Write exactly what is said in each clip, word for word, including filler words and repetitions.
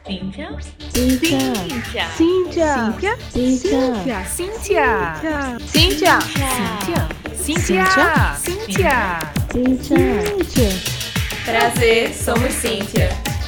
Cíntia? Cíntia. Cíntia. Cíntia. Cíntia. Cíntia. Cíntia. Cíntia. Cíntia. Cíntia. Cíntia. Prazer, somos Cíntia.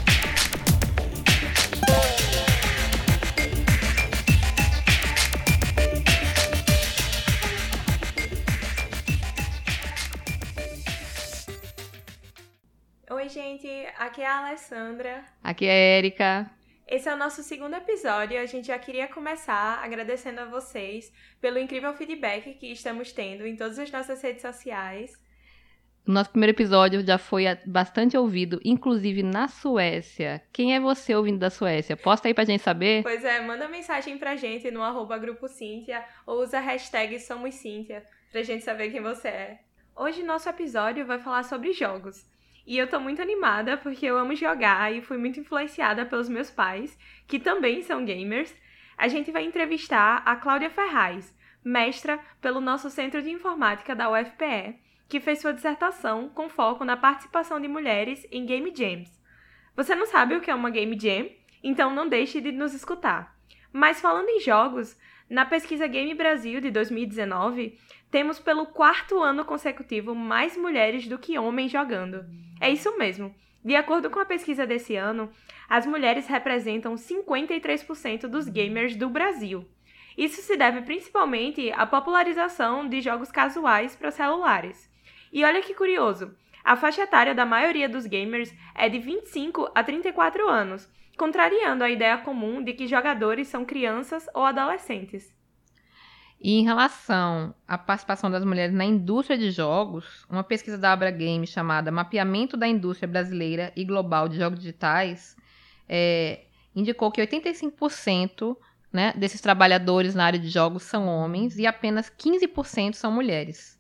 Oi, gente, aqui é a Alessandra. Aqui é a Érica. Esse é o nosso segundo episódio e a gente já queria começar agradecendo a vocês pelo incrível feedback que estamos tendo em todas as nossas redes sociais. O nosso primeiro episódio já foi bastante ouvido, inclusive na Suécia. Quem é você ouvindo da Suécia? Posta aí pra gente saber. Pois é, manda mensagem pra gente no arroba Grupo Cíntia ou usa a hashtag Somos Cíntia pra gente saber quem você é. Hoje nosso episódio vai falar sobre jogos. E eu tô muito animada porque eu amo jogar e fui muito influenciada pelos meus pais, que também são gamers. A gente vai entrevistar a Cláudia Ferraz, mestra pelo nosso Centro de Informática da U F P E, que fez sua dissertação com foco na participação de mulheres em Game Jams. Você não sabe o que é uma Game Jam? Então não deixe de nos escutar. Mas falando em jogos, na pesquisa Game Brasil de dois mil e dezenove, temos pelo quarto ano consecutivo mais mulheres do que homens jogando. É isso mesmo. De acordo com a pesquisa desse ano, as mulheres representam cinquenta e três por cento dos gamers do Brasil. Isso se deve principalmente à popularização de jogos casuais para celulares. E olha que curioso, a faixa etária da maioria dos gamers é de vinte e cinco a trinta e quatro anos, contrariando a ideia comum de que jogadores são crianças ou adolescentes. E em relação à participação das mulheres na indústria de jogos, uma pesquisa da Abra Games chamada Mapeamento da Indústria Brasileira e Global de Jogos Digitais é, indicou que oitenta e cinco por cento, né, desses trabalhadores na área de jogos são homens e apenas quinze por cento são mulheres.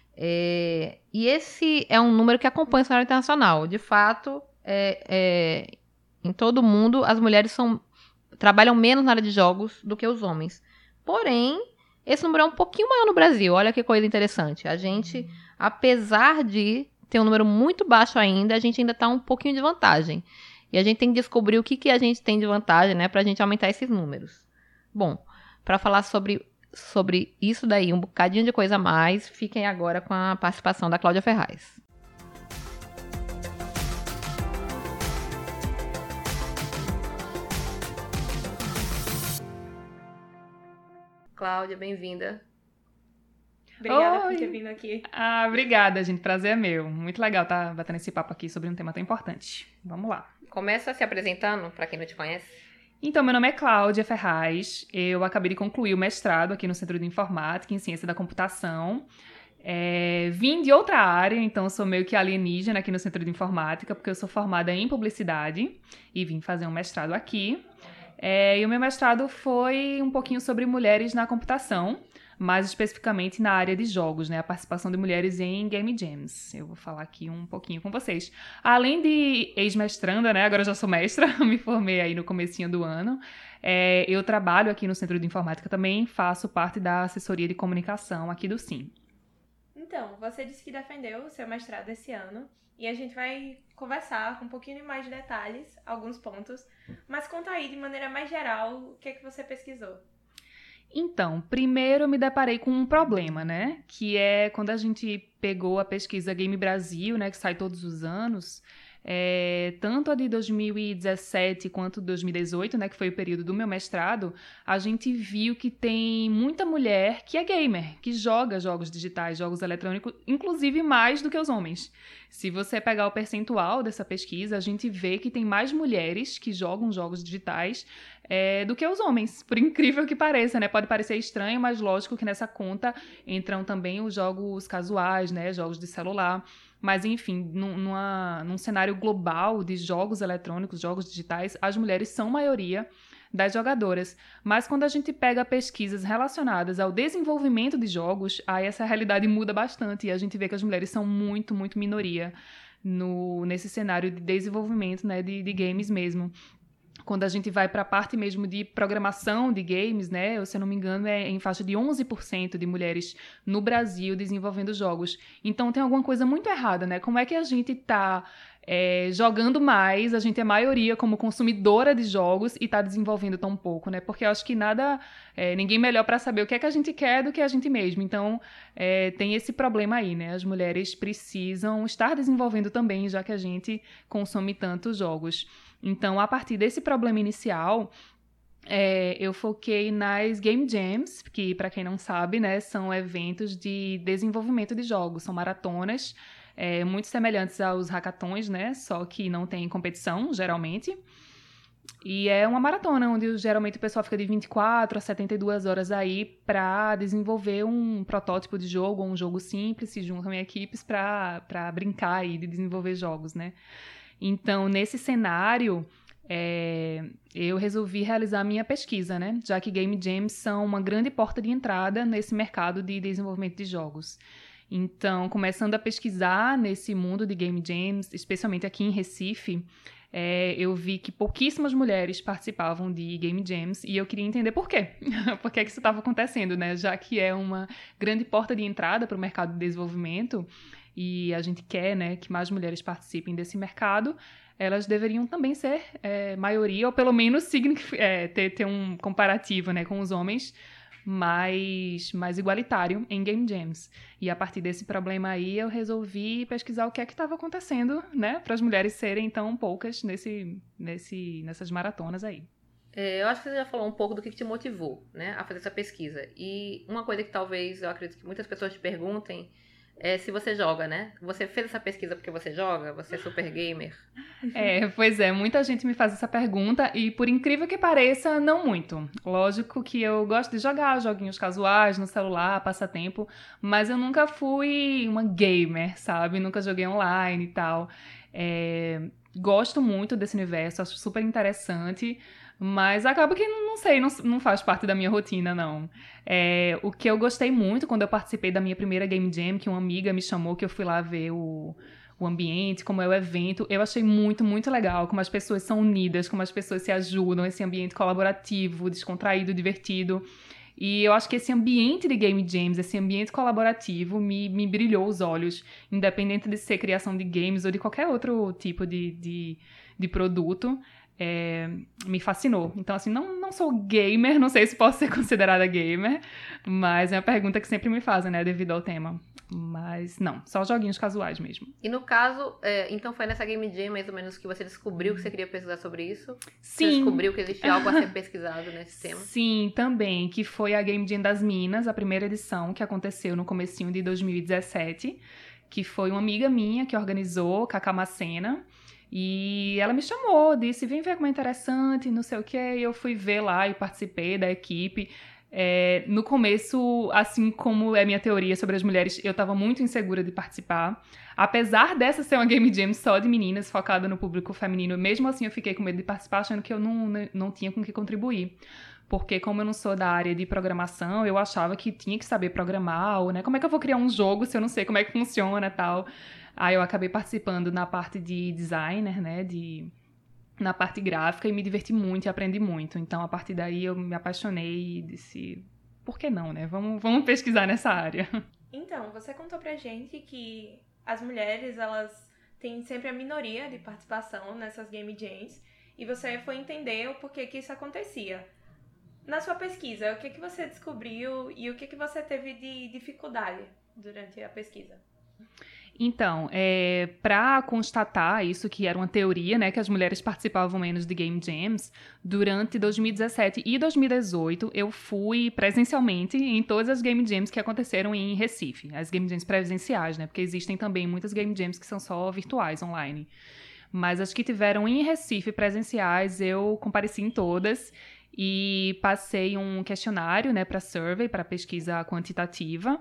É, e esse é um número que acompanha o cenário internacional. De fato, é, é, em todo o mundo, as mulheres são, trabalham menos na área de jogos do que os homens. Porém, esse número é um pouquinho maior no Brasil. Olha que coisa interessante. A gente, apesar de ter um número muito baixo ainda, a gente ainda está um pouquinho de vantagem. E a gente tem que descobrir o que, que a gente tem de vantagem, né, para a gente aumentar esses números. Bom, para falar sobre, sobre isso daí, um bocadinho de coisa a mais, fiquem agora com a participação da Cláudia Ferraz. Cláudia, bem-vinda. Obrigada Oi. por ter vindo aqui. Ah, obrigada, gente. Prazer é meu. Muito legal estar batendo esse papo aqui sobre um tema tão importante. Vamos lá. Começa se apresentando, para quem não te conhece. Então, meu nome é Cláudia Ferraz. Eu acabei de concluir o mestrado aqui no Centro de Informática em Ciência da Computação. É, vim de outra área, então sou meio que alienígena aqui no Centro de Informática, porque eu sou formada em Publicidade e vim fazer um mestrado aqui. É, e o meu mestrado foi um pouquinho sobre mulheres na computação, mais especificamente na área de jogos, né? A participação de mulheres em Game Jams. Eu vou falar aqui um pouquinho com vocês. Além de ex-mestranda, né? Agora eu já sou mestra, me formei aí no comecinho do ano. É, eu trabalho aqui no Centro de Informática também, faço parte da assessoria de comunicação aqui do S I M. Então, você disse que defendeu o seu mestrado esse ano e a gente vai conversar com um pouquinho mais de detalhes, alguns pontos, mas conta aí de maneira mais geral o que é que você pesquisou. Então, primeiro eu me deparei com um problema, né? Que é quando a gente pegou a pesquisa Game Brasil, né? Que sai todos os anos, é, tanto a de dois mil e dezessete quanto dois mil e dezoito, né? Que foi o período do meu mestrado, a gente viu que tem muita mulher que é gamer, que joga jogos digitais, jogos eletrônicos, inclusive mais do que os homens. Se você pegar o percentual dessa pesquisa, a gente vê que tem mais mulheres que jogam jogos digitais é, do que os homens, por incrível que pareça, né? Pode parecer estranho, mas lógico que nessa conta entram também os jogos casuais, né? Jogos de celular. Mas, enfim, num, numa, num cenário global de jogos eletrônicos, jogos digitais, as mulheres são maioria das jogadoras. Mas quando a gente pega pesquisas relacionadas ao desenvolvimento de jogos, aí essa realidade muda bastante e a gente vê que as mulheres são muito, muito minoria no, nesse cenário de desenvolvimento, né, de, de games mesmo. Quando a gente vai para a parte mesmo de programação de games, né, eu, se eu não me engano, é em faixa de onze por cento de mulheres no Brasil desenvolvendo jogos. Então tem alguma coisa muito errada, né? Como é que a gente está é, jogando mais, a gente é maioria como consumidora de jogos e tá desenvolvendo tão pouco, né? Porque eu acho que nada, é, ninguém melhor para saber o que é que a gente quer do que a gente mesmo. Então, é, tem esse problema aí, né? As mulheres precisam estar desenvolvendo também, já que a gente consome tantos jogos. Então, a partir desse problema inicial, é, eu foquei nas Game Jams, que, para quem não sabe, né, são eventos de desenvolvimento de jogos, são maratonas, É, muito semelhantes aos hackathons, né? Só que não tem competição, geralmente. E é uma maratona, onde geralmente o pessoal fica de vinte e quatro a setenta e duas horas aí para desenvolver um protótipo de jogo, ou um jogo simples, se juntam em equipes para brincar aí de desenvolver jogos, né? Então, nesse cenário, é, eu resolvi realizar a minha pesquisa, né? Já que Game Jams são uma grande porta de entrada nesse mercado de desenvolvimento de jogos. Então, começando a pesquisar nesse mundo de Game Jams, especialmente aqui em Recife, é, eu vi que pouquíssimas mulheres participavam de Game Jams e eu queria entender por quê. Por que que isso estava acontecendo, né? Já que é uma grande porta de entrada para o mercado de desenvolvimento e a gente quer, né, que mais mulheres participem desse mercado, elas deveriam também ser é, maioria, ou pelo menos signif- é, ter, ter um comparativo, né, com os homens, mais, mais igualitário em Game Jams. E a partir desse problema aí, eu resolvi pesquisar o que é que estava acontecendo, né, para as mulheres serem tão poucas nesse, nesse, nessas maratonas aí. É, eu acho que você já falou um pouco do que te motivou, né, a fazer essa pesquisa. E uma coisa que talvez eu acredito que muitas pessoas te perguntem é se você joga, né? Você fez essa pesquisa porque você joga? Você é super gamer? É, pois é, muita gente me faz essa pergunta e, por incrível que pareça, não muito. Lógico que eu gosto de jogar joguinhos casuais no celular, passatempo, mas eu nunca fui uma gamer, sabe? Nunca joguei online e tal. É, gosto muito desse universo, acho super interessante, mas acaba que, não sei, não, não faz parte da minha rotina, não. É, o que eu gostei muito quando eu participei da minha primeira Game Jam, que uma amiga me chamou, que eu fui lá ver o, o ambiente, como é o evento, eu achei muito, muito legal, como as pessoas são unidas, como as pessoas se ajudam, esse ambiente colaborativo, descontraído, divertido. E eu acho que esse ambiente de Game Jams, esse ambiente colaborativo, me, me brilhou os olhos, independente de ser criação de games ou de qualquer outro tipo de, de, de produto. É, me fascinou. Então, assim, não, não sou gamer, não sei se posso ser considerada gamer, mas é uma pergunta que sempre me fazem, né, devido ao tema. Mas não, só joguinhos casuais mesmo. E no caso, é, então foi nessa Game Jam mais ou menos que você descobriu que você queria pesquisar sobre isso? Sim. Você descobriu que existe algo a ser pesquisado nesse tema? Sim, também, que foi a Game Jam das Minas, a primeira edição, que aconteceu no comecinho de dois mil e dezessete, que foi uma amiga minha que organizou, Cacá Macena. E ela me chamou, disse, vem ver como é interessante, não sei o que. Eu fui ver lá e participei da equipe. É, no começo, assim como é minha teoria sobre as mulheres, eu estava muito insegura de participar. Apesar dessa ser uma Game Jam só de meninas, focada no público feminino, mesmo assim eu fiquei com medo de participar, achando que eu não, não tinha com que contribuir. Porque como eu não sou da área de programação, eu achava que tinha que saber programar, ou, né, como é que eu vou criar um jogo se eu não sei como é que funciona e tal. Aí eu acabei participando na parte de designer, né, de, na parte gráfica, e me diverti muito e aprendi muito. Então, a partir daí, eu me apaixonei e disse, por que não, né? Vamos, vamos pesquisar nessa área. Então, você contou pra gente que as mulheres, elas têm sempre a minoria de participação nessas Game Jams, e você foi entender o porquê que isso acontecia. Na sua pesquisa, o que, que você descobriu e o que, que você teve de dificuldade durante a pesquisa? Então, é, para constatar isso, que era uma teoria, né, que as mulheres participavam menos de Game Jams, durante dois mil e dezessete e dois mil e dezoito eu fui presencialmente em todas as Game Jams que aconteceram em Recife, as Game Jams presenciais, né, porque existem também muitas Game Jams que são só virtuais, online. Mas as que tiveram em Recife presenciais, eu compareci em todas e passei um questionário, né, para survey, para pesquisa quantitativa.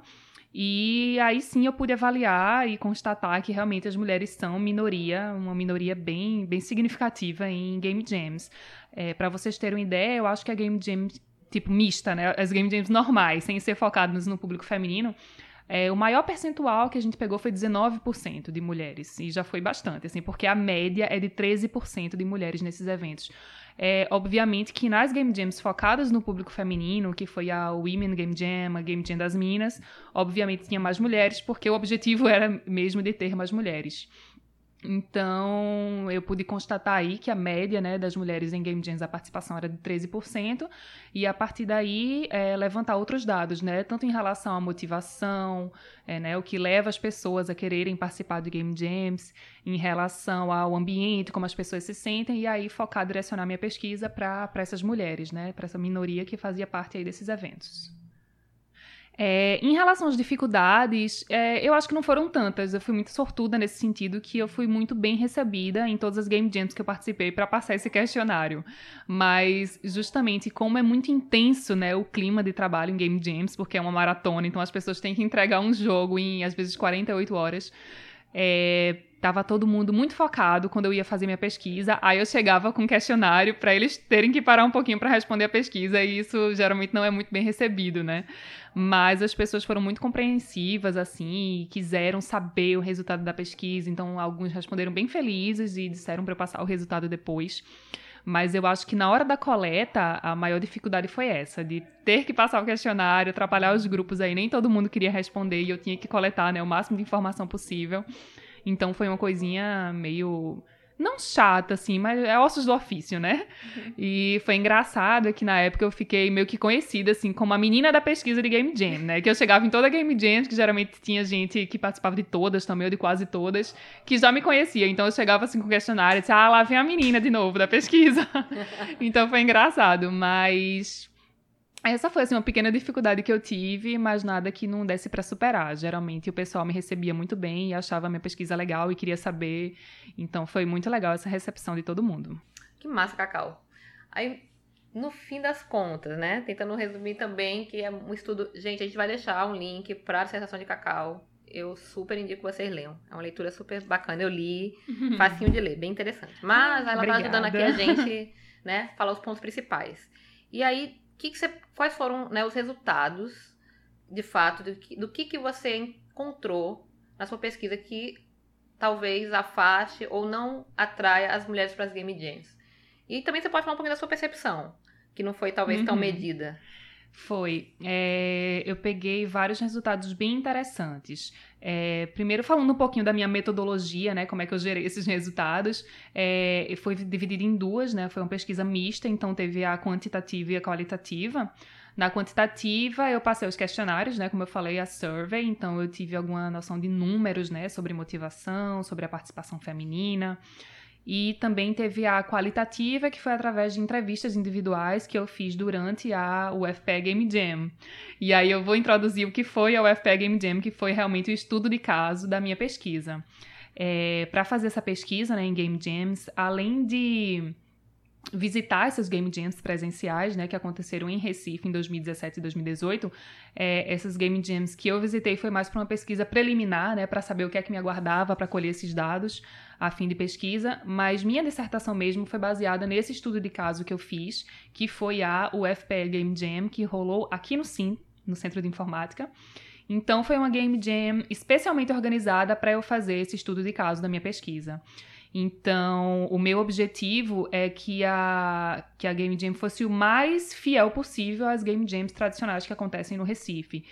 E aí sim eu pude avaliar e constatar que realmente as mulheres são minoria, uma minoria bem, bem significativa em Game Jams. É, para vocês terem uma ideia, eu acho que a Game Jam, tipo, mista, né? As Game Jams normais, sem ser focadas no público feminino, é, o maior percentual que a gente pegou foi dezenove por cento de mulheres. E já foi bastante, assim, porque a média é de treze por cento de mulheres nesses eventos. É, obviamente que nas Game Jams focadas no público feminino, que foi a Women Game Jam, a Game Jam das Minas, obviamente tinha mais mulheres, porque o objetivo era mesmo de ter mais mulheres. Então, eu pude constatar aí que a média, né, das mulheres em Game Jams, a participação era de treze por cento, e a partir daí é, levantar outros dados, né, tanto em relação à motivação, é, né, o que leva as pessoas a quererem participar de Game Jams, em relação ao ambiente, como as pessoas se sentem, e aí focar, direcionar minha pesquisa para essas mulheres, né, para essa minoria que fazia parte aí desses eventos. É, em relação às dificuldades, é, eu acho que não foram tantas. Eu fui muito sortuda nesse sentido, que eu fui muito bem recebida em todas as Game Jams que eu participei para passar esse questionário. Mas, justamente, como é muito intenso, né, o clima de trabalho em Game Jams, porque é uma maratona, então as pessoas têm que entregar um jogo em, às vezes, quarenta e oito horas. É, tava todo mundo muito focado quando eu ia fazer minha pesquisa, aí eu chegava com um questionário para eles terem que parar um pouquinho para responder a pesquisa, e isso geralmente não é muito bem recebido, né? Mas as pessoas foram muito compreensivas, assim, e quiseram saber o resultado da pesquisa, então alguns responderam bem felizes e disseram para eu passar o resultado depois. Mas eu acho que na hora da coleta, a maior dificuldade foi essa, de ter que passar o questionário, atrapalhar os grupos aí, nem todo mundo queria responder e eu tinha que coletar, né, o máximo de informação possível. Então foi uma coisinha meio, não chata, assim, mas é ossos do ofício, né? Uhum. E foi engraçado que na época eu fiquei meio que conhecida, assim, como a menina da pesquisa de Game Jam, né? Que eu chegava em toda Game Jam, que geralmente tinha gente que participava de todas também, ou de quase todas, que já me conhecia. Então eu chegava assim com o questionário e disse, ah, lá vem a menina de novo da pesquisa. Então foi engraçado, mas essa foi, assim, uma pequena dificuldade que eu tive, mas nada que não desse pra superar. Geralmente o pessoal me recebia muito bem e achava a minha pesquisa legal e queria saber. Então foi muito legal essa recepção de todo mundo. Que massa, Cacau. Aí, no fim das contas, né, tentando resumir também, que é um estudo... Gente, a gente vai deixar um link pra dissertação de Cacau. Eu super indico que vocês leiam. É uma leitura super bacana. Eu li, facinho de ler, bem interessante. Mas ela Obrigada. tá ajudando aqui a gente, né, falar os pontos principais. E aí, que que você, quais foram, né, os resultados, de fato, do que, do que, que você encontrou na sua pesquisa que talvez afaste ou não atraia as mulheres para as Game Jams? E também você pode falar um pouquinho da sua percepção, que não foi talvez tão Uhum. medida. Foi. É, eu peguei vários resultados bem interessantes. É, primeiro, falando um pouquinho da minha metodologia, né, como é que eu gerei esses resultados. É, foi dividido em duas, né, foi uma pesquisa mista, então teve a quantitativa e a qualitativa. Na quantitativa, eu passei os questionários, né, como eu falei, a survey, então eu tive alguma noção de números, né, sobre motivação, sobre a participação feminina. E também teve a qualitativa, que foi através de entrevistas individuais que eu fiz durante a U F P E Game Jam. E aí eu vou introduzir o que foi a U F P E Game Jam, que foi realmente o estudo de caso da minha pesquisa. É, para fazer essa pesquisa, né, em Game Jams, além de visitar essas Game Jams presenciais, né, que aconteceram em Recife em dois mil e dezessete e dois mil e dezoito, é, essas Game Jams que eu visitei foi mais para uma pesquisa preliminar, né, para saber o que é que me aguardava para colher esses dados a fim de pesquisa, mas minha dissertação mesmo foi baseada nesse estudo de caso que eu fiz, que foi a U F P E Game Jam, que rolou aqui no S I M, no Centro de Informática. Então foi uma Game Jam especialmente organizada para eu fazer esse estudo de caso da minha pesquisa. Então, o meu objetivo é que a, que a Game Jam fosse o mais fiel possível às Game Jams tradicionais que acontecem no Recife.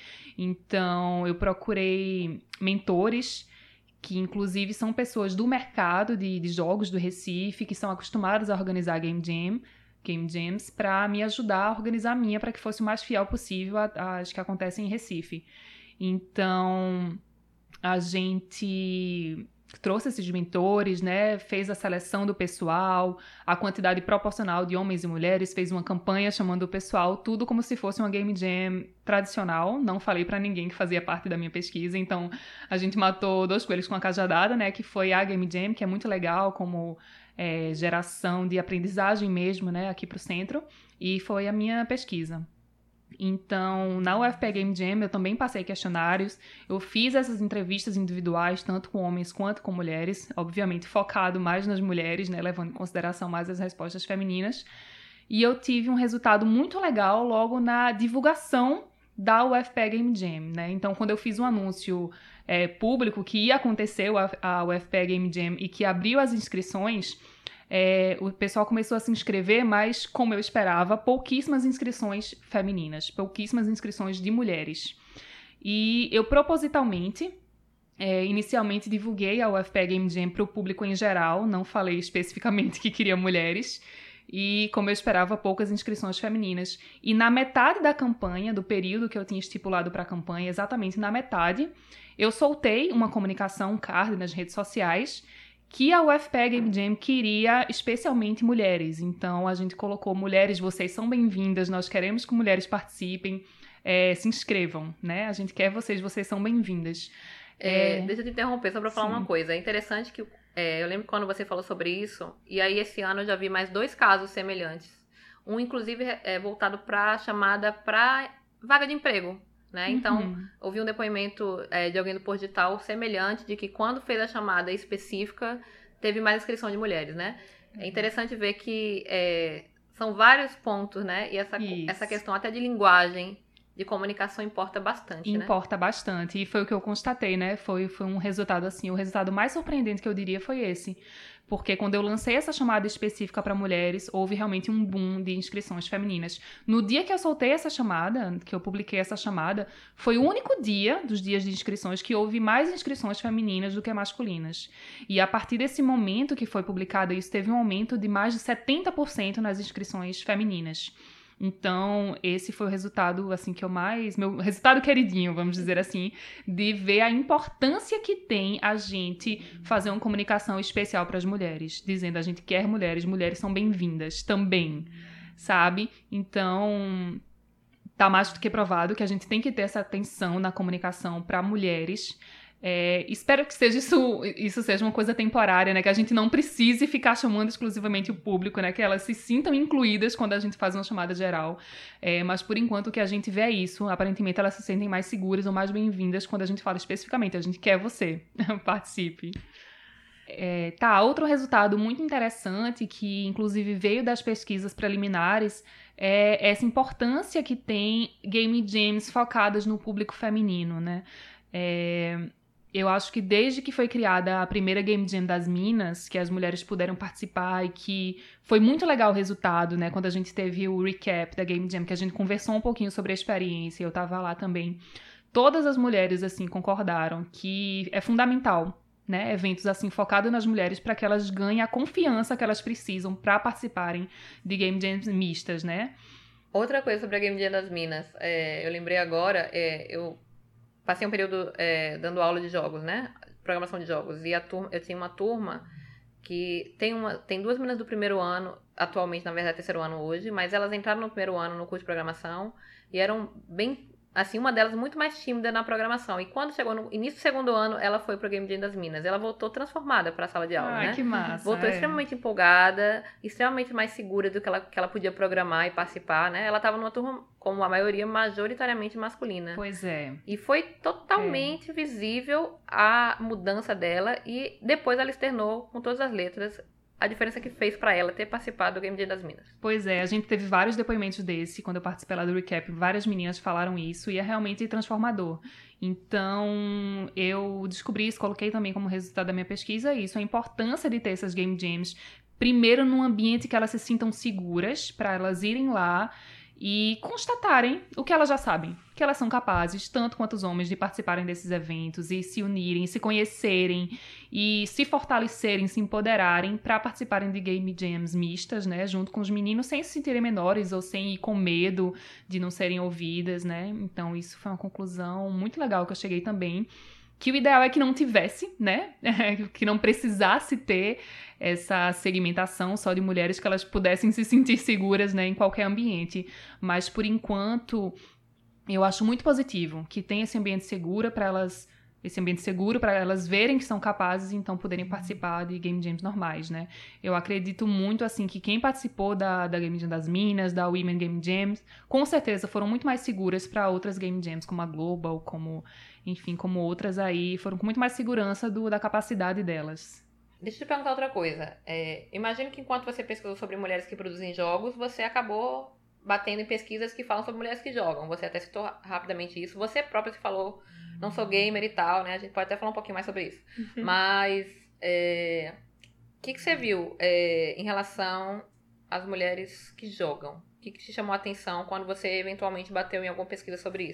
Então, eu procurei mentores, que inclusive são pessoas do mercado de, de jogos do Recife, que são acostumadas a organizar Game Jam, Game Jams, para me ajudar a organizar a minha, para que fosse o mais fiel possível às que acontecem em Recife. Então, a gente trouxe esses mentores, né, fez a seleção do pessoal, a quantidade proporcional de homens e mulheres, fez uma campanha chamando o pessoal, tudo como se fosse uma Game Jam tradicional. Não falei pra ninguém que fazia parte da minha pesquisa, então a gente matou dois coelhos com uma cajadada, né, que foi a Game Jam, que é muito legal como é, geração de aprendizagem mesmo, né, aqui pro centro, e foi a minha pesquisa. Então, na U F P E Game Jam, eu também passei questionários, eu fiz essas entrevistas individuais, tanto com homens quanto com mulheres, obviamente focado mais nas mulheres, né, levando em consideração mais as respostas femininas, e eu tive um resultado muito legal logo na divulgação da U F P E Game Jam, né, então quando eu fiz um anúncio é, público que ia acontecer a U F P E Game Jam e que abriu as inscrições, É, o pessoal começou a se inscrever, mas, como eu esperava, pouquíssimas inscrições femininas, pouquíssimas inscrições de mulheres. E eu, propositalmente, É, inicialmente divulguei a U F P E Game Jam para o público em geral, não falei especificamente que queria mulheres, e como eu esperava, poucas inscrições femininas. E na metade da campanha, do período que eu tinha estipulado para a campanha, exatamente na metade, eu soltei uma comunicação, um card nas redes sociais, que a U F P E Game Jam queria especialmente mulheres. Então a gente colocou: mulheres, vocês são bem-vindas, nós queremos que mulheres participem, é, se inscrevam, né? A gente quer vocês, vocês são bem-vindas. É, deixa eu te interromper só pra falar Sim. uma coisa. É interessante que é, eu lembro quando você falou sobre isso, e aí esse ano eu já vi mais dois casos semelhantes. Um, inclusive, é voltado pra chamada pra vaga de emprego, né? Então, Uhum. ouvi um depoimento é, de alguém do Pordital semelhante, de que quando fez a chamada específica, teve mais inscrição de mulheres, né? É interessante ver que é, são vários pontos, né? E essa, Isso. essa questão até de linguagem, de comunicação importa bastante, né? Importa bastante, e foi o que eu constatei, né? Foi, foi um resultado assim, o resultado mais surpreendente que eu diria foi esse. Porque quando eu lancei essa chamada específica para mulheres, houve realmente um boom de inscrições femininas. No dia que eu soltei essa chamada, que eu publiquei essa chamada, foi o único dia dos dias de inscrições que houve mais inscrições femininas do que masculinas. E a partir desse momento que foi publicado isso, teve um aumento de mais de setenta por cento nas inscrições femininas. Então, esse foi o resultado, assim, que eu mais... Meu resultado queridinho, vamos dizer assim, de ver a importância que tem a gente fazer uma comunicação especial para as mulheres, dizendo: a gente quer mulheres, mulheres são bem-vindas também, sabe? Então, tá mais do que provado que a gente tem que ter essa atenção na comunicação para mulheres. É, espero que seja isso, isso seja uma coisa temporária, né? Que a gente não precise ficar chamando exclusivamente o público, né? Que elas se sintam incluídas quando a gente faz uma chamada geral. É, mas, por enquanto, o que a gente vê é isso. Aparentemente, elas se sentem mais seguras ou mais bem-vindas quando a gente fala especificamente: a gente quer você, participe. É, tá, outro resultado muito interessante, que inclusive veio das pesquisas preliminares, é essa importância que tem game jams focadas no público feminino, né? É... Eu acho que desde que foi criada a primeira Game Jam das Minas, que as mulheres puderam participar e que foi muito legal o resultado, né? Quando a gente teve o recap da Game Jam, que a gente conversou um pouquinho sobre a experiência, eu tava lá também. Todas as mulheres, assim, concordaram que é fundamental, né? Eventos, assim, focados nas mulheres para que elas ganhem a confiança que elas precisam para participarem de Game Jams mistas, né? Outra coisa sobre a Game Jam das Minas, é, eu lembrei agora, é, eu passei um período é, dando aula de jogos, né? Programação de jogos. E a turma, eu tinha uma turma que tem, uma, tem duas meninas do primeiro ano, atualmente, na verdade, terceiro ano hoje, mas elas entraram no primeiro ano no curso de programação e eram bem... Assim, uma delas muito mais tímida na programação. E quando chegou no início do segundo ano, ela foi pro Game Jam das Minas. Ela voltou transformada pra sala de aula, Ai, né? que massa. Voltou é. extremamente empolgada, extremamente mais segura do que ela, que ela podia programar e participar, né? Ela tava numa turma, como a maioria, majoritariamente masculina. Pois é. E foi totalmente é. visível a mudança dela. E depois ela externou com todas as letras a diferença que fez pra ela ter participado do Game Jam das Minas. Pois é, a gente teve vários depoimentos desse, quando eu participei lá do recap, várias meninas falaram isso, e é realmente transformador. Então, eu descobri isso, coloquei também como resultado da minha pesquisa isso, a importância de ter essas Game Jams, primeiro num ambiente que elas se sintam seguras, pra elas irem lá e constatarem o que elas já sabem, que elas são capazes, tanto quanto os homens, de participarem desses eventos e se unirem, se conhecerem e se fortalecerem, se empoderarem para participarem de game jams mistas, né, junto com os meninos, sem se sentirem menores ou sem ir com medo de não serem ouvidas, né. Então isso foi uma conclusão muito legal que eu cheguei também, que o ideal é que não tivesse, né, que não precisasse ter essa segmentação só de mulheres, que elas pudessem se sentir seguras, né, em qualquer ambiente. Mas, por enquanto, eu acho muito positivo que tem esse ambiente seguro para elas, esse ambiente seguro para elas verem que são capazes e então poderem participar de Game Jams normais, né. Eu acredito muito, assim, que quem participou da, da Game Jam das Minas, da Women Game Jams, com certeza foram muito mais seguras para outras Game Jams, como a Global, como, enfim, como outras aí, foram com muito mais segurança do, da capacidade delas. Deixa eu te perguntar outra coisa. É, imagino que enquanto você pesquisou sobre mulheres que produzem jogos, você acabou batendo em pesquisas que falam sobre mulheres que jogam. Você até citou rapidamente isso. Você própria se falou, não sou gamer e tal, né? A gente pode até falar um pouquinho mais sobre isso. Uhum. Mas, é, o que, que você viu é, em relação às mulheres que jogam? O que, que te chamou a atenção quando você eventualmente bateu em alguma pesquisa sobre isso?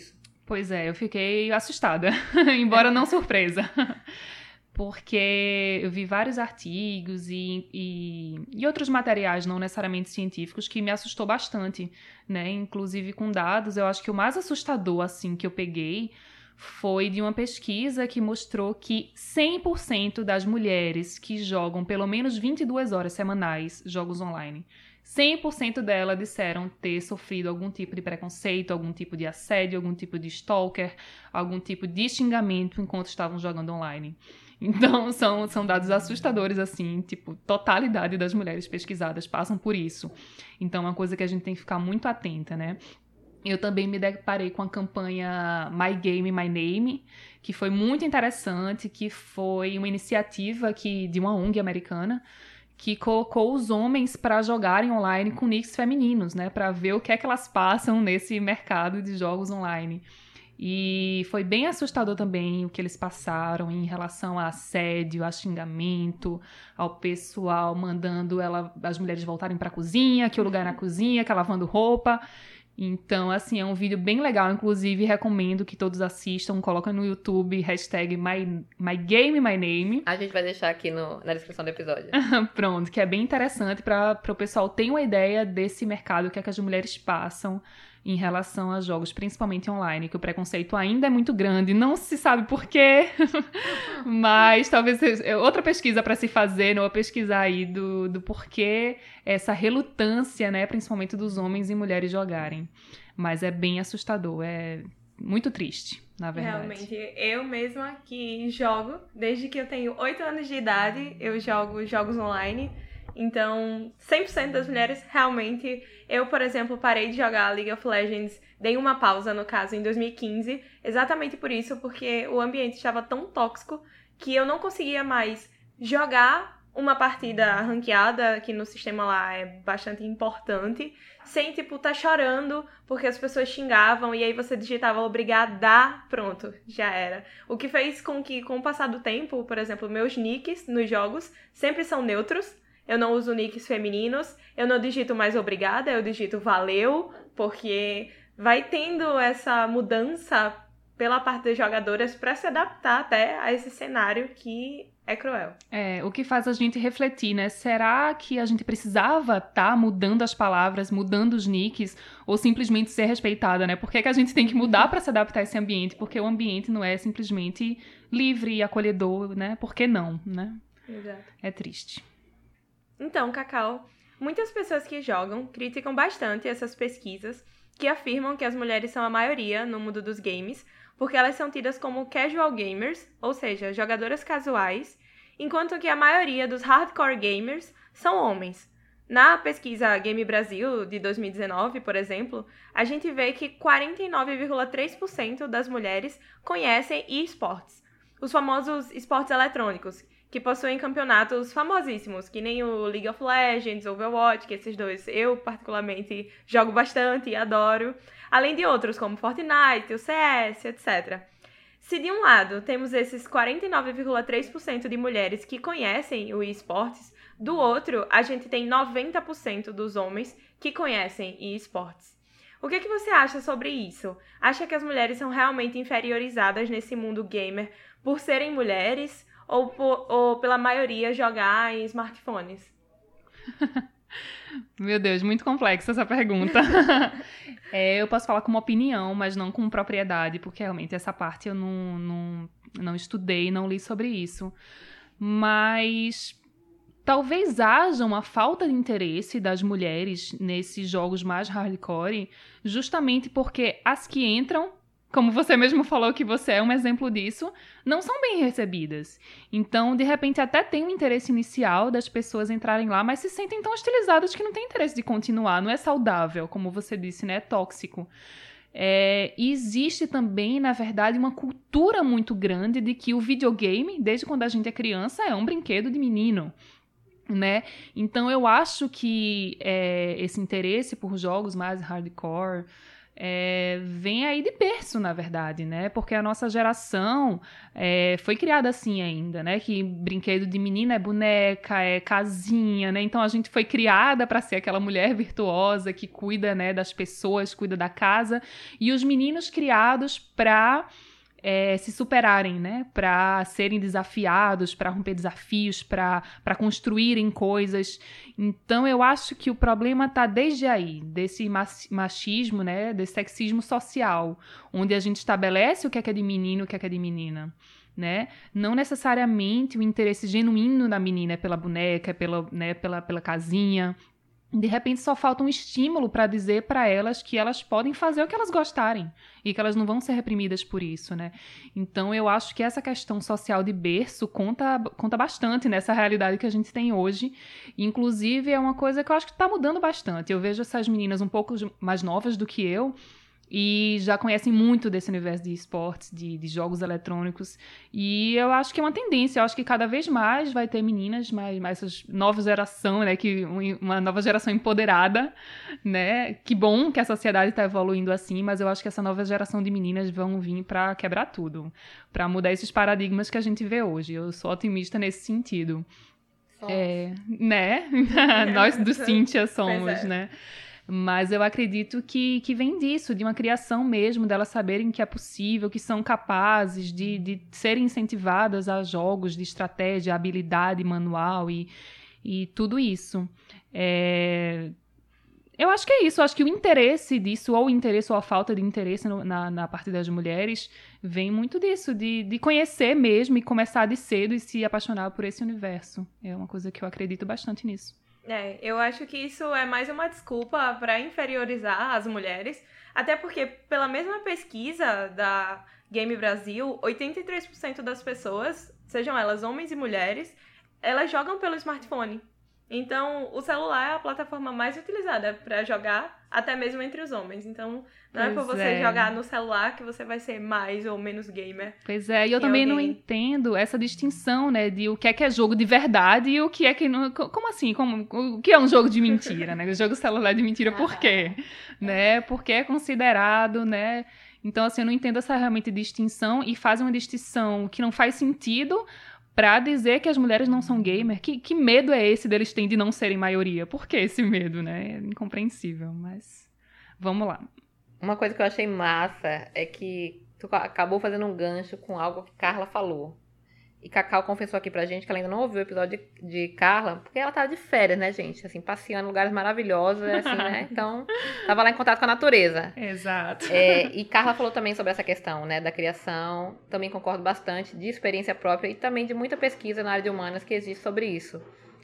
Pois é, eu fiquei assustada, embora não surpresa. Porque eu vi vários artigos e, e, e outros materiais não necessariamente científicos que me assustou bastante, né? Inclusive com dados, eu acho que o mais assustador, assim, que eu peguei foi de uma pesquisa que mostrou que cem por cento das mulheres que jogam pelo menos vinte e duas horas semanais jogos online, cem por cento delas disseram ter sofrido algum tipo de preconceito, algum tipo de assédio, algum tipo de stalker, algum tipo de xingamento enquanto estavam jogando online. Então, são, são dados assustadores, assim, tipo, totalidade das mulheres pesquisadas passam por isso. Então, é uma coisa que a gente tem que ficar muito atenta, né? Eu também me deparei com a campanha My Game, My Name, que foi muito interessante, que foi uma iniciativa que, de uma O N G americana, que colocou os homens para jogarem online com nicks femininos, né? Para ver o que é que elas passam nesse mercado de jogos online. E foi bem assustador também o que eles passaram em relação a assédio, a xingamento, ao pessoal mandando ela, as mulheres voltarem para a cozinha, que o lugar é na cozinha, que é lavando roupa. Então, assim, é um vídeo bem legal, inclusive recomendo que todos assistam, coloquem no YouTube, hashtag my, my Game, My Name. A gente vai deixar aqui no, na descrição do episódio. Pronto, que é bem interessante para o pessoal ter uma ideia desse mercado, o que é que as mulheres passam em relação a jogos, principalmente online, que o preconceito ainda é muito grande, não se sabe por quê, mas talvez outra pesquisa para se fazer, uma pesquisa aí do, do porquê essa relutância, né, principalmente dos homens e mulheres jogarem. Mas é bem assustador, é muito triste, na verdade. Realmente, eu mesma que jogo, desde que eu tenho oito anos de idade, eu jogo jogos online. Então, cem por cento das mulheres, realmente... Eu, por exemplo, parei de jogar League of Legends, dei uma pausa, no caso, em dois mil e quinze, exatamente por isso, porque o ambiente estava tão tóxico que eu não conseguia mais jogar uma partida ranqueada, que no sistema lá é bastante importante, sem, tipo, tá chorando porque as pessoas xingavam e aí você digitava obrigada, pronto, já era. O que fez com que, com o passar do tempo, por exemplo, meus nicks nos jogos sempre são neutros. Eu não uso nicks femininos, eu não digito mais obrigada, eu digito valeu, porque vai tendo essa mudança pela parte das jogadoras para se adaptar até a esse cenário que é cruel. É, o que faz a gente refletir, né? Será que a gente precisava estar tá mudando as palavras, mudando os nicks, ou simplesmente ser respeitada, né? Por que, que a gente tem que mudar para se adaptar a esse ambiente? Porque o ambiente não é simplesmente livre e acolhedor, né? Por que não, né? Exato. É triste. Então, Cacau, muitas pessoas que jogam criticam bastante essas pesquisas que afirmam que as mulheres são a maioria no mundo dos games, porque elas são tidas como casual gamers, ou seja, jogadoras casuais, enquanto que a maioria dos hardcore gamers são homens. Na pesquisa Game Brasil de dois mil e dezenove, por exemplo, a gente vê que quarenta e nove vírgula três por cento das mulheres conhecem esportes, os famosos esportes eletrônicos, que possuem campeonatos famosíssimos, que nem o League of Legends, Overwatch, que esses dois eu particularmente jogo bastante e adoro, além de outros como Fortnite, o C S, etcétera. Se de um lado temos esses quarenta e nove vírgula três por cento de mulheres que conhecem o esportes, do outro a gente tem noventa por cento dos homens que conhecem esportes. O que, é que você acha sobre isso? Acha que as mulheres são realmente inferiorizadas nesse mundo gamer por serem mulheres? Ou, por, ou pela maioria jogar em smartphones? Meu Deus, muito complexa essa pergunta. é, eu posso falar com uma opinião, mas não com propriedade, porque realmente essa parte eu não, não, não estudei, não li sobre isso. Mas talvez haja uma falta de interesse das mulheres nesses jogos mais hardcore, justamente porque as que entram, como você mesmo falou que você é um exemplo disso, não são bem recebidas. Então, de repente, até tem um interesse inicial das pessoas entrarem lá, mas se sentem tão hostilizadas que não tem interesse de continuar. Não é saudável, como você disse, né? É tóxico. É, e existe também, na verdade, uma cultura muito grande de que o videogame, desde quando a gente é criança, é um brinquedo de menino, né? Então, eu acho que é, esse interesse por jogos mais hardcore é, vem aí de berço, na verdade, né? Porque a nossa geração é, foi criada assim ainda, né? Que brinquedo de menina é boneca, é casinha, né? Então a gente foi criada para ser aquela mulher virtuosa que cuida, né, das pessoas, cuida da casa, e os meninos criados para É, se superarem, né? Para serem desafiados, para romper desafios, para para construírem coisas. Então, eu acho que o problema está desde aí, desse machismo, né? Desse sexismo social, onde a gente estabelece o que é, que é de menino, o que é, que é de menina. Né? Não necessariamente o interesse genuíno da menina é pela boneca, é pela, né, pela, pela casinha. De repente só falta um estímulo para dizer para elas que elas podem fazer o que elas gostarem e que elas não vão ser reprimidas por isso, né? Então eu acho que essa questão social de berço conta, conta bastante nessa realidade que a gente tem hoje. Inclusive é uma coisa que eu acho que está mudando bastante. Eu vejo essas meninas um pouco mais novas do que eu e já conhecem muito desse universo de esportes, de, de jogos eletrônicos, e eu acho que é uma tendência, eu acho que cada vez mais vai ter meninas, mais, mais essa nova geração, né, que, uma nova geração empoderada, né, que bom que a sociedade está evoluindo assim, mas eu acho que essa nova geração de meninas vão vir para quebrar tudo, para mudar esses paradigmas que a gente vê hoje. Eu sou otimista nesse sentido. É, né? Nós do Cíntia somos, é. né? Mas eu acredito que, que vem disso, de uma criação mesmo, delas saberem que é possível, que são capazes de, de serem incentivadas a jogos de estratégia, habilidade manual e, e tudo isso. É... Eu acho que é isso, eu acho que o interesse disso, ou o interesse ou a falta de interesse no, na, na parte das mulheres, vem muito disso, de, de conhecer mesmo e começar de cedo e se apaixonar por esse universo. É uma coisa que eu acredito bastante nisso. É, eu acho que isso é mais uma desculpa para inferiorizar as mulheres, até porque, pela mesma pesquisa da Game Brasil, oitenta e três por cento das pessoas, sejam elas homens e mulheres, elas jogam pelo smartphone. Então, o celular é a plataforma mais utilizada para jogar, até mesmo entre os homens. Então, não pois é por você é. jogar no celular que você vai ser mais ou menos gamer. Pois é, e eu também alguém. não entendo essa distinção, né, de o que é que é jogo de verdade e o que é que não... Como assim? Como, o que é um jogo de mentira, né? O jogo celular de mentira, por quê? né? Porque é considerado, né... Então, assim, eu não entendo essa realmente distinção e fazem uma distinção que não faz sentido pra dizer que as mulheres não são gamer. Que, que medo é esse deles terem de não serem maioria? Por que esse medo, né? É incompreensível, mas vamos lá. Uma coisa que eu achei massa é que tu acabou fazendo um gancho com algo que Carla falou. E Cacau confessou aqui pra gente que ela ainda não ouviu o episódio de, de Carla, porque ela tava de férias, né, gente? Assim, passeando em lugares maravilhosos, assim, né? Então, tava lá em contato com a natureza. Exato. É, e Carla falou também sobre essa questão, né, da criação. Também concordo bastante, de experiência própria e também de muita pesquisa na área de humanas que existe sobre isso.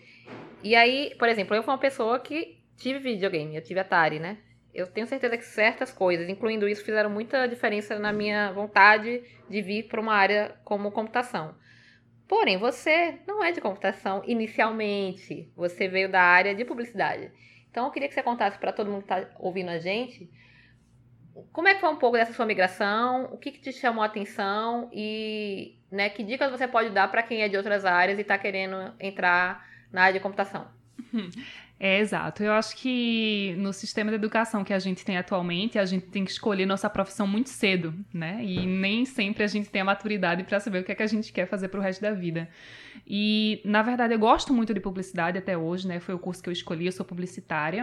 E aí, por exemplo, eu fui uma pessoa que tive videogame, eu tive Atari, né? Eu tenho certeza que certas coisas, incluindo isso, fizeram muita diferença na minha vontade de vir para uma área como computação. Porém, você não é de computação inicialmente, você veio da área de publicidade. Então, eu queria que você contasse para todo mundo que está ouvindo a gente, como é que foi um pouco dessa sua migração, o que, que te chamou a atenção e, né, que dicas você pode dar para quem é de outras áreas e está querendo entrar na área de computação? É, exato. Eu acho que no sistema de educação que a gente tem atualmente, a gente tem que escolher nossa profissão muito cedo, né? E nem sempre a gente tem a maturidade para saber o que é que a gente quer fazer pro resto da vida. E, na verdade, eu gosto muito de publicidade até hoje, né? Foi o curso que eu escolhi, eu sou publicitária.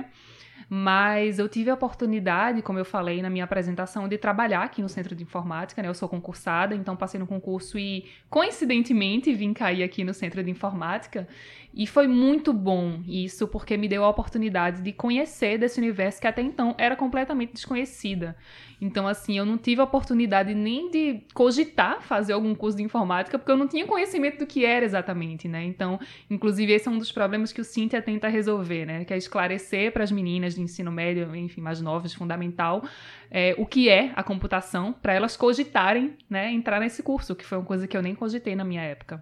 Mas eu tive a oportunidade, como eu falei na minha apresentação, de trabalhar aqui no Centro de Informática, né? Eu sou concursada, então passei no concurso e, coincidentemente, vim cair aqui no Centro de Informática. E foi muito bom isso, porque me deu a oportunidade de conhecer desse universo que até então era completamente desconhecida. Então, assim, eu não tive a oportunidade nem de cogitar fazer algum curso de informática, porque eu não tinha conhecimento do que era exatamente, né? Então, inclusive, esse é um dos problemas que o Cíntia tenta resolver, né? Que é esclarecer para as meninas de ensino médio, enfim, mais novas, fundamental, é, o que é a computação, para elas cogitarem, né, entrar nesse curso, que foi uma coisa que eu nem cogitei na minha época.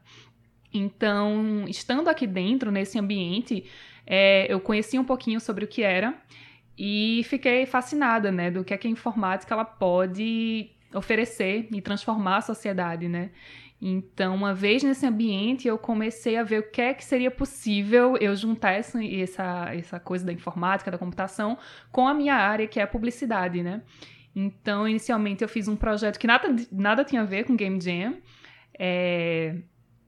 Então, estando aqui dentro, nesse ambiente, é, eu conheci um pouquinho sobre o que era e fiquei fascinada, né, do que é que a informática ela pode oferecer e transformar a sociedade, né? Então, uma vez nesse ambiente, eu comecei a ver o que é que seria possível eu juntar essa, essa, essa coisa da informática, da computação, com a minha área, que é a publicidade, né? Então, inicialmente, eu fiz um projeto que nada, nada tinha a ver com Game Jam. É...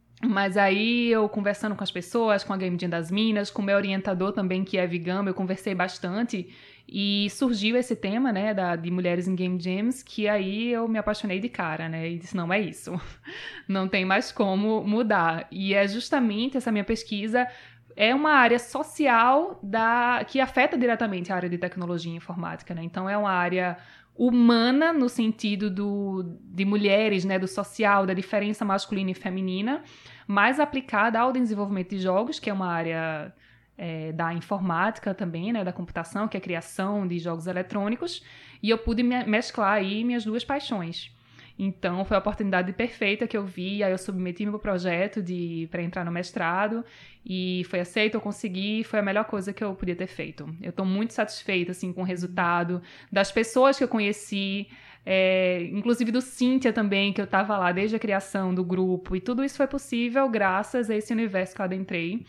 Mas aí, eu conversando com as pessoas, com a Game Jam das Minas, com o meu orientador também, que é Vigama, eu conversei bastante. E surgiu esse tema, né, da, de mulheres em Game Jams, que aí eu me apaixonei de cara, né, e disse, não, é isso. Não tem mais como mudar. E é justamente essa minha pesquisa... É uma área social da, que afeta diretamente a área de tecnologia e informática, né? Então, é uma área humana no sentido do, de mulheres, né? Do social, da diferença masculina e feminina, mais aplicada ao desenvolvimento de jogos, que é uma área é, da informática também, né? Da computação, que é a criação de jogos eletrônicos. E eu pude mesclar aí minhas duas paixões. Então, foi a oportunidade perfeita que eu vi, aí eu submeti meu projeto para entrar no mestrado, e foi aceito, eu consegui, foi a melhor coisa que eu podia ter feito. Eu estou muito satisfeita, assim, com o resultado, das pessoas que eu conheci, é, inclusive do Cíntia também, que eu estava lá desde a criação do grupo, e tudo isso foi possível graças a esse universo que eu adentrei,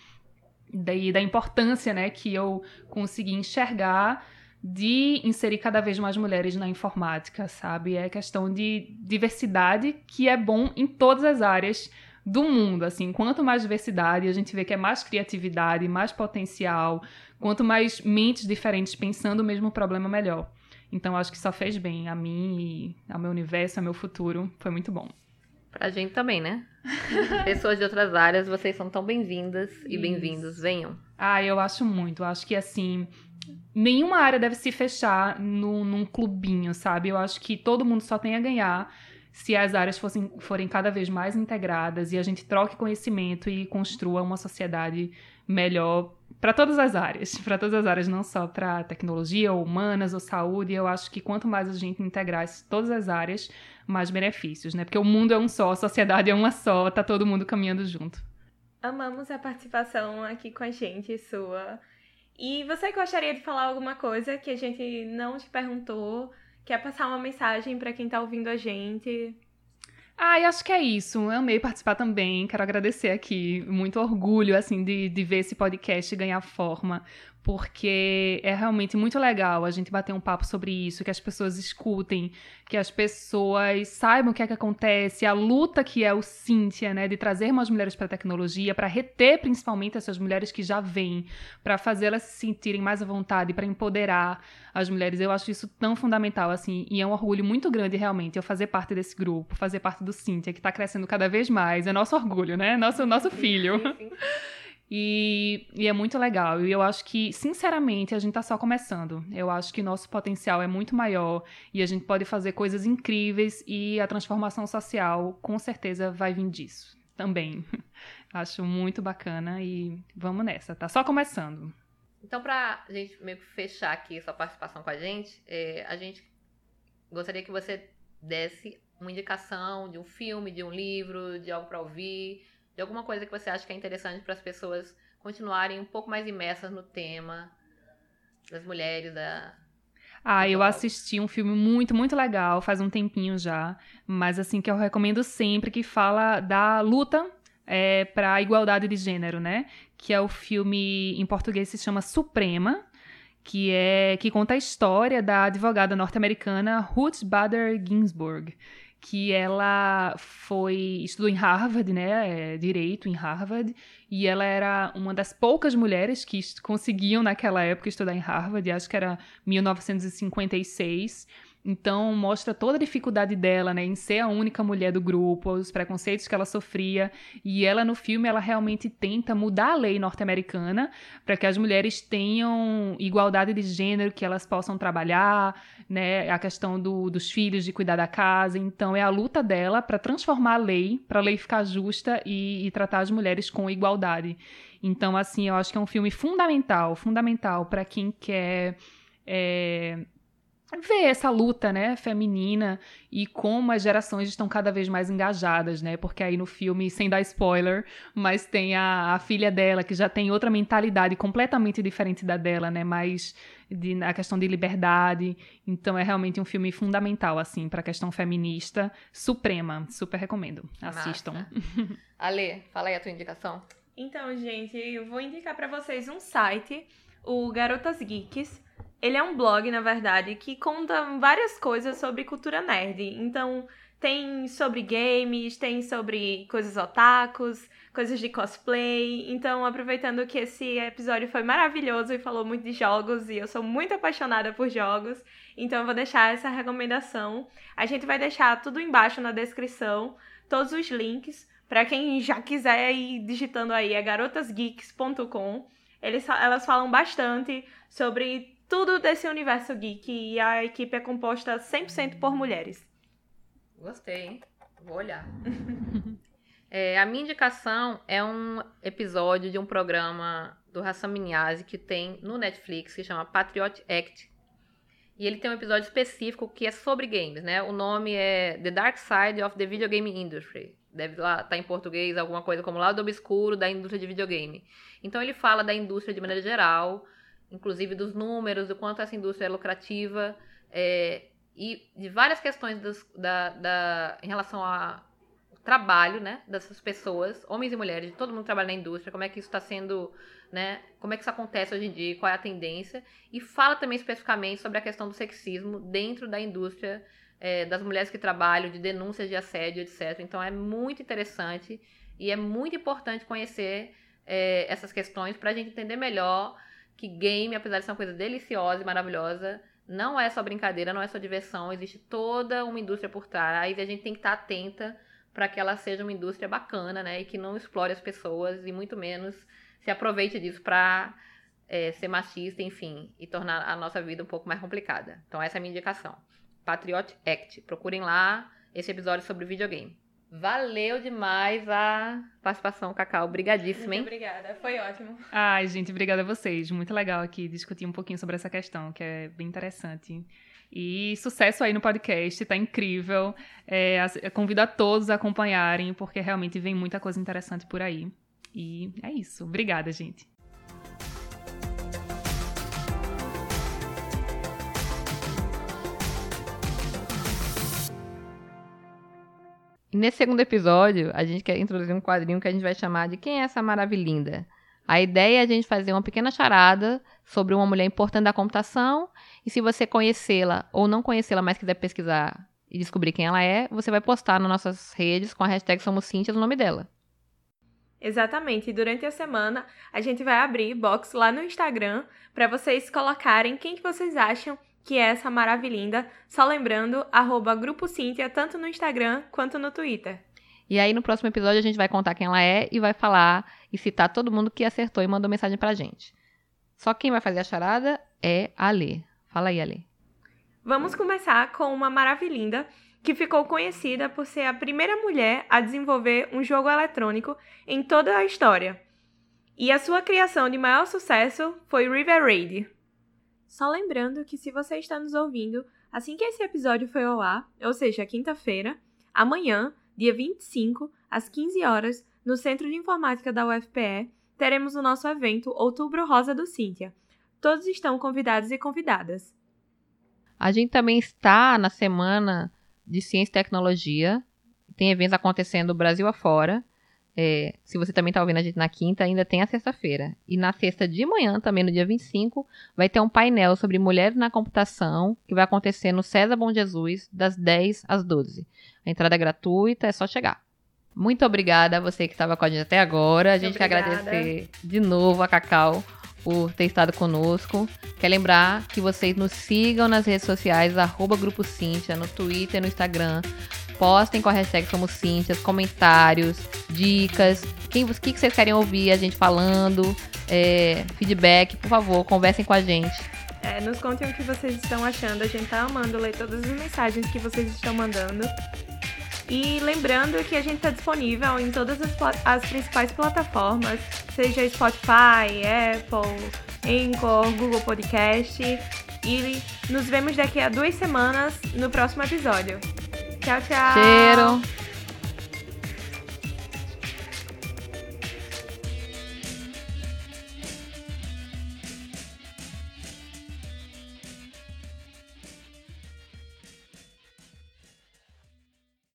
daí da importância, né, que eu consegui enxergar de inserir cada vez mais mulheres na informática, sabe? É questão de diversidade, que é bom em todas as áreas do mundo, assim. Quanto mais diversidade, a gente vê que é mais criatividade, mais potencial, quanto mais mentes diferentes pensando o mesmo problema, melhor. Então, acho que só fez bem a mim, ao meu universo, ao meu futuro. Foi muito bom. Pra gente também, né? Pessoas de outras áreas, vocês são tão bem-vindas e bem-vindos. Venham. Ah, eu acho muito. Acho que, assim... Nenhuma área deve se fechar no, num clubinho, sabe? Eu acho que todo mundo só tem a ganhar se as áreas fossem, forem cada vez mais integradas e a gente troque conhecimento e construa uma sociedade melhor para todas as áreas. Para todas as áreas, não só para tecnologia, ou humanas, ou saúde. Eu acho que quanto mais a gente integrar todas as áreas, mais benefícios, né? Porque o mundo é um só, a sociedade é uma só, tá todo mundo caminhando junto. Amamos a participação aqui com a gente, sua... E você gostaria de falar alguma coisa que a gente não te perguntou? Quer passar uma mensagem para quem tá ouvindo a gente? Ah, eu acho que é isso. Eu amei participar também. Quero agradecer aqui. Muito orgulho, assim, de, de ver esse podcast ganhar forma. Porque é realmente muito legal a gente bater um papo sobre isso, que as pessoas escutem, que as pessoas saibam o que é que acontece, a luta que é o Cíntia, né, de trazer mais mulheres para a tecnologia, para reter principalmente essas mulheres que já vêm, para fazê-las se sentirem mais à vontade, para empoderar as mulheres. Eu acho isso tão fundamental, assim, e é um orgulho muito grande, realmente, eu fazer parte desse grupo, fazer parte do Cíntia, que está crescendo cada vez mais. É nosso orgulho, né? Nosso, nosso filho. Sim, sim. E, e é muito legal. E eu acho que, sinceramente, a gente tá só começando. Eu acho que nosso potencial é muito maior e a gente pode fazer coisas incríveis e a transformação social, com certeza, vai vir disso também. Acho muito bacana e vamos nessa. Tá só começando. Então, pra gente meio que fechar aqui sua participação com a gente, é, a gente gostaria que você desse uma indicação de um filme, de um livro, de algo pra ouvir, de alguma coisa que você acha que é interessante para as pessoas continuarem um pouco mais imersas no tema das mulheres, da... Ah, eu assisti um filme muito, muito legal, faz um tempinho já, mas assim, que eu recomendo sempre, que fala da luta é, para a igualdade de gênero, né? Que é o filme, em português se chama Suprema, que, é, que conta a história da advogada norte-americana Ruth Bader Ginsburg, que ela foi, estudou em Harvard, né, é, direito em Harvard, e ela era uma das poucas mulheres que conseguiam naquela época estudar em Harvard, acho que era mil novecentos e cinquenta e seis, então mostra toda a dificuldade dela, né, em ser a única mulher do grupo, os preconceitos que ela sofria, e ela no filme, ela realmente tenta mudar a lei norte-americana para que as mulheres tenham igualdade de gênero, que elas possam trabalhar, né, a questão do, dos filhos, de cuidar da casa. Então é a luta dela para transformar a lei, para a lei ficar justa e, e tratar as mulheres com igualdade. Então, assim, eu acho que é um filme fundamental, fundamental para quem quer... É, ver essa luta, né, feminina e como as gerações estão cada vez mais engajadas, né, porque aí no filme, sem dar spoiler, mas tem a, a filha dela que já tem outra mentalidade completamente diferente da dela, né, mais de, a questão de liberdade. Então é realmente um filme fundamental, assim, para a questão feminista, Suprema, super recomendo, assistam. Ale, fala aí a tua indicação. Então, gente, eu vou indicar para vocês um site, o Garotas Geeks, Ele é um blog, na verdade, que conta várias coisas sobre cultura nerd. Então, tem sobre games, tem sobre coisas otakus, coisas de cosplay. Então, aproveitando que esse episódio foi maravilhoso e falou muito de jogos, e eu sou muito apaixonada por jogos, então eu vou deixar essa recomendação. A gente vai deixar tudo embaixo na descrição, todos os links, para quem já quiser ir digitando aí, é garotas geeks ponto com. Eles, elas falam bastante sobre tudo desse universo geek, e a equipe é composta cem por cento por mulheres. Gostei, hein? Vou olhar. É, a minha indicação é um episódio de um programa do Hassam Minhasi que tem no Netflix, que chama Patriot Act. E ele tem um episódio específico que é sobre games, né? O nome é The Dark Side of the Video Game Industry. Deve lá estar em português alguma coisa como Lado Obscuro da Indústria de Videogame. Então ele fala da indústria de maneira geral, inclusive dos números, do quanto essa indústria é lucrativa, é, e de várias questões dos, da, da, em relação ao trabalho, né, dessas pessoas, homens e mulheres, todo mundo trabalha na indústria, como é que isso está sendo, né, como é que isso acontece hoje em dia, qual é a tendência, e fala também especificamente sobre a questão do sexismo dentro da indústria, é, das mulheres que trabalham, de denúncias de assédio, etcétera. Então é muito interessante e é muito importante conhecer é, essas questões para a gente entender melhor que game, apesar de ser uma coisa deliciosa e maravilhosa, não é só brincadeira, não é só diversão, existe toda uma indústria por trás e a gente tem que estar atenta para que ela seja uma indústria bacana, né, e que não explore as pessoas e muito menos se aproveite disso para é, ser machista, enfim, e tornar a nossa vida um pouco mais complicada. Então essa é a minha indicação. Patriot Act. Procurem lá esse episódio sobre videogame. Valeu demais a participação, Cacau. Obrigadíssima, hein? Muito obrigada, foi ótimo. Ai, gente, obrigada a vocês. Muito legal aqui discutir um pouquinho sobre essa questão, que é bem interessante. E sucesso aí no podcast, tá incrível. É, convido a todos a acompanharem, porque realmente vem muita coisa interessante por aí. E é isso. Obrigada, gente. E nesse segundo episódio, a gente quer introduzir um quadrinho que a gente vai chamar de Quem é essa Maravilinda? A ideia é a gente fazer uma pequena charada sobre uma mulher importante da computação, e se você conhecê-la ou não conhecê-la, mas quiser pesquisar e descobrir quem ela é, você vai postar nas nossas redes com a hashtag Somos Cíntia o nome dela. Exatamente, e durante a semana a gente vai abrir box lá no Instagram para vocês colocarem quem que vocês acham que é essa maravilinda, só lembrando, arroba Grupo Cíntia, tanto no Instagram quanto no Twitter. E aí no próximo episódio a gente vai contar quem ela é e vai falar e citar todo mundo que acertou e mandou mensagem pra gente. Só quem vai fazer a charada é a Alê. Fala aí, Alê. Vamos começar com uma maravilinda que ficou conhecida por ser a primeira mulher a desenvolver um jogo eletrônico em toda a história. E a sua criação de maior sucesso foi River Raid. Só lembrando que se você está nos ouvindo assim que esse episódio foi ao ar, ou seja, quinta-feira, amanhã, dia vinte e cinco, às quinze horas, no Centro de Informática da U F P E, teremos o nosso evento Outubro Rosa do Cíntia. Todos estão convidados e convidadas. A gente também está na Semana de Ciência e Tecnologia. Tem eventos acontecendo Brasil afora. É, se você também está ouvindo a gente na quinta, ainda tem a sexta-feira. E na sexta de manhã, também no dia vinte e cinco, vai ter um painel sobre mulheres na computação, que vai acontecer no César Bom Jesus, das dez às doze. A entrada é gratuita, é só chegar. Muito obrigada a você que estava com a gente até agora. A gente quer agradecer de novo a Cacau por ter estado conosco. Quer lembrar que vocês nos sigam nas redes sociais, arroba Grupo Cíntia, no Twitter, no Instagram. Postem com a hashtag Somos Cíntias, comentários, dicas, quem, o que vocês querem ouvir a gente falando, é, feedback, por favor, conversem com a gente. É, nos contem o que vocês estão achando, a gente tá amando ler todas as mensagens que vocês estão mandando. E lembrando que a gente tá disponível em todas as, as principais plataformas, seja Spotify, Apple, Anchor, Google Podcast. E nos vemos daqui a duas semanas no próximo episódio. Tchau, tchau! Cheiro!